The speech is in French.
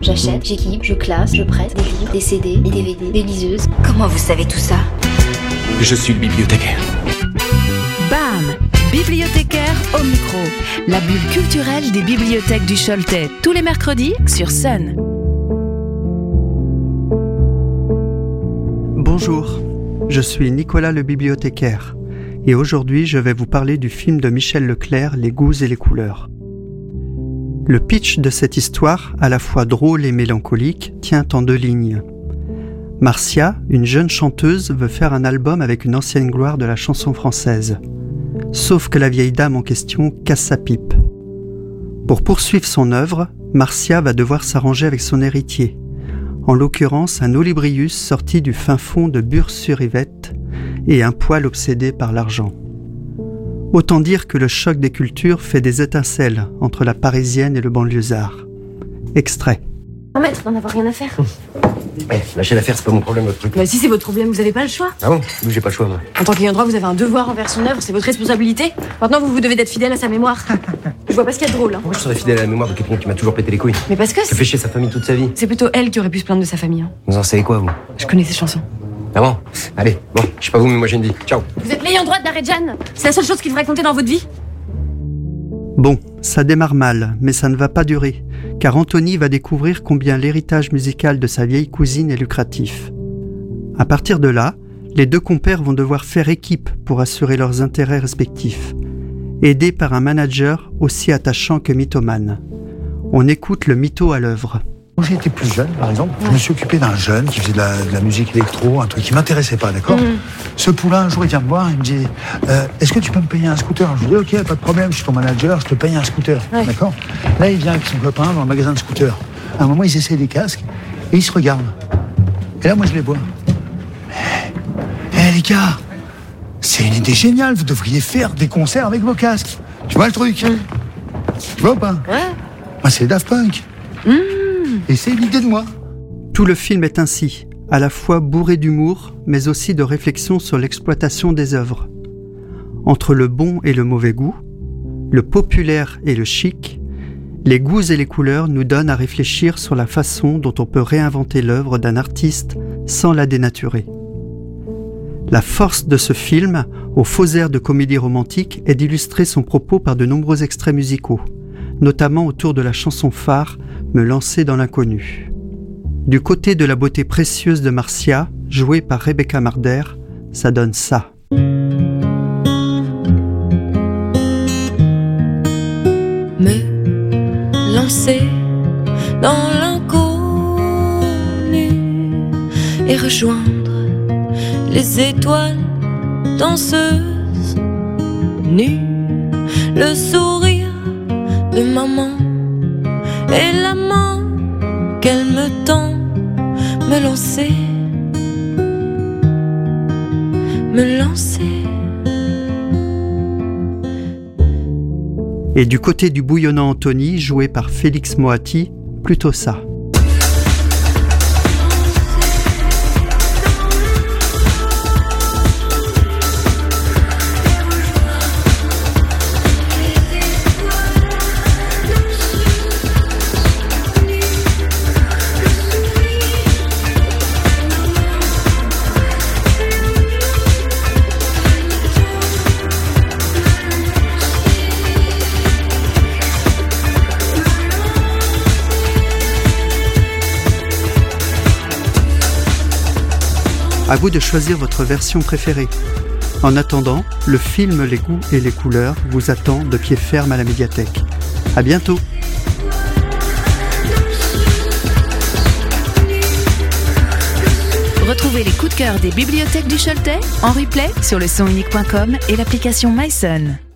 J'achète, j'équipe, je classe, je prête, des livres, des CD, des DVD, des liseuses. Comment vous savez tout ça? Je suis le bibliothécaire. BAM! Bibliothécaire au micro. La bulle culturelle des bibliothèques du Choletais. Tous les mercredis sur Sun. Bonjour, je suis Nicolas le bibliothécaire. Et aujourd'hui, je vais vous parler du film de Michel Leclerc, Les goûts et les couleurs. Le pitch de cette histoire, à la fois drôle et mélancolique, tient en 2 lignes. Marcia, une jeune chanteuse, veut faire un album avec une ancienne gloire de la chanson française. Sauf que la vieille dame en question casse sa pipe. Pour poursuivre son œuvre, Marcia va devoir s'arranger avec son héritier, en l'occurrence un Olybrius sorti du fin fond de Bure-sur-Yvette et un poil obsédé par l'argent. Autant dire que le choc des cultures fait des étincelles entre la parisienne et le banlieusard. Extrait. Maître, d'en avoir rien à faire. Lâchez l'affaire, c'est pas mon problème, votre truc. Bah si c'est votre problème, vous avez pas le choix. Ah bon? Oui, j'ai pas le choix, moi. En tant qu'ayant droit, vous avez un devoir envers son œuvre, c'est votre responsabilité. Maintenant, vous devez d'être fidèle à sa mémoire. Je vois pas ce qu'il y a de drôle, hein. Pourquoi je serais fidèle à la mémoire de quelqu'un qui m'a toujours pété les couilles? Mais parce que Ça fait chier sa famille toute sa vie. c'est plutôt elle qui aurait pu se plaindre de sa famille, hein. Vous en savez quoi, vous? Je connais ses chansons. Ah bon? Allez, bon, je sais pas vous, mais moi j'ai une vie. Ciao. Vous êtes l'ayant droit d'Arrêt Jeanne. C'est la seule chose qui devrait compter dans votre vie. Bon, ça démarre mal, mais ça ne va pas durer, car Anthony va découvrir combien l'héritage musical de sa vieille cousine est lucratif. À partir de là, les 2 compères vont devoir faire équipe pour assurer leurs intérêts respectifs, aidés par un manager aussi attachant que mythomane. On écoute le mytho à l'œuvre. Quand j'étais plus jeune, par exemple, je me suis occupé d'un jeune qui faisait de la musique électro, un truc qui m'intéressait pas, d'accord? Ce poulain, un jour, il vient me voir, il me dit est-ce que tu peux me payer un scooter? Je lui dis ok, pas de problème, je suis ton manager, je te paye un scooter, d'accord? Là, il vient avec son copain dans le magasin de scooters. À un moment, ils essaient des casques et ils se regardent. Et là, moi, je les vois. Les gars, c'est une idée géniale, vous devriez faire des concerts avec vos casques. Tu vois le truc? Tu vois ou pas? Ouais. Moi, c'est Daft Punk. Et c'est l'idée de moi. Tout le film est ainsi, à la fois bourré d'humour, mais aussi de réflexion sur l'exploitation des œuvres. Entre le bon et le mauvais goût, le populaire et le chic, les goûts et les couleurs nous donnent à réfléchir sur la façon dont on peut réinventer l'œuvre d'un artiste sans la dénaturer. La force de ce film, au faux air de comédie romantique, est d'illustrer son propos par de nombreux extraits musicaux, notamment autour de la chanson phare « Me lancer dans l'inconnu ». Du côté de la beauté précieuse de Marcia, jouée par Rebecca Marder, ça donne ça. Me lancer dans l'inconnu et rejoindre les étoiles danseuses nues, le sourire de maman et la main qu'elle me tend, me lancer, me lancer. Et du côté du bouillonnant Anthony, joué par Félix Moati, plutôt ça. À vous de choisir votre version préférée. En attendant, le film Les goûts et les couleurs vous attend de pied ferme à la médiathèque. À bientôt. Retrouvez les coups de cœur des bibliothèques du Choletais en replay sur le sonunique.com et l'application MySun.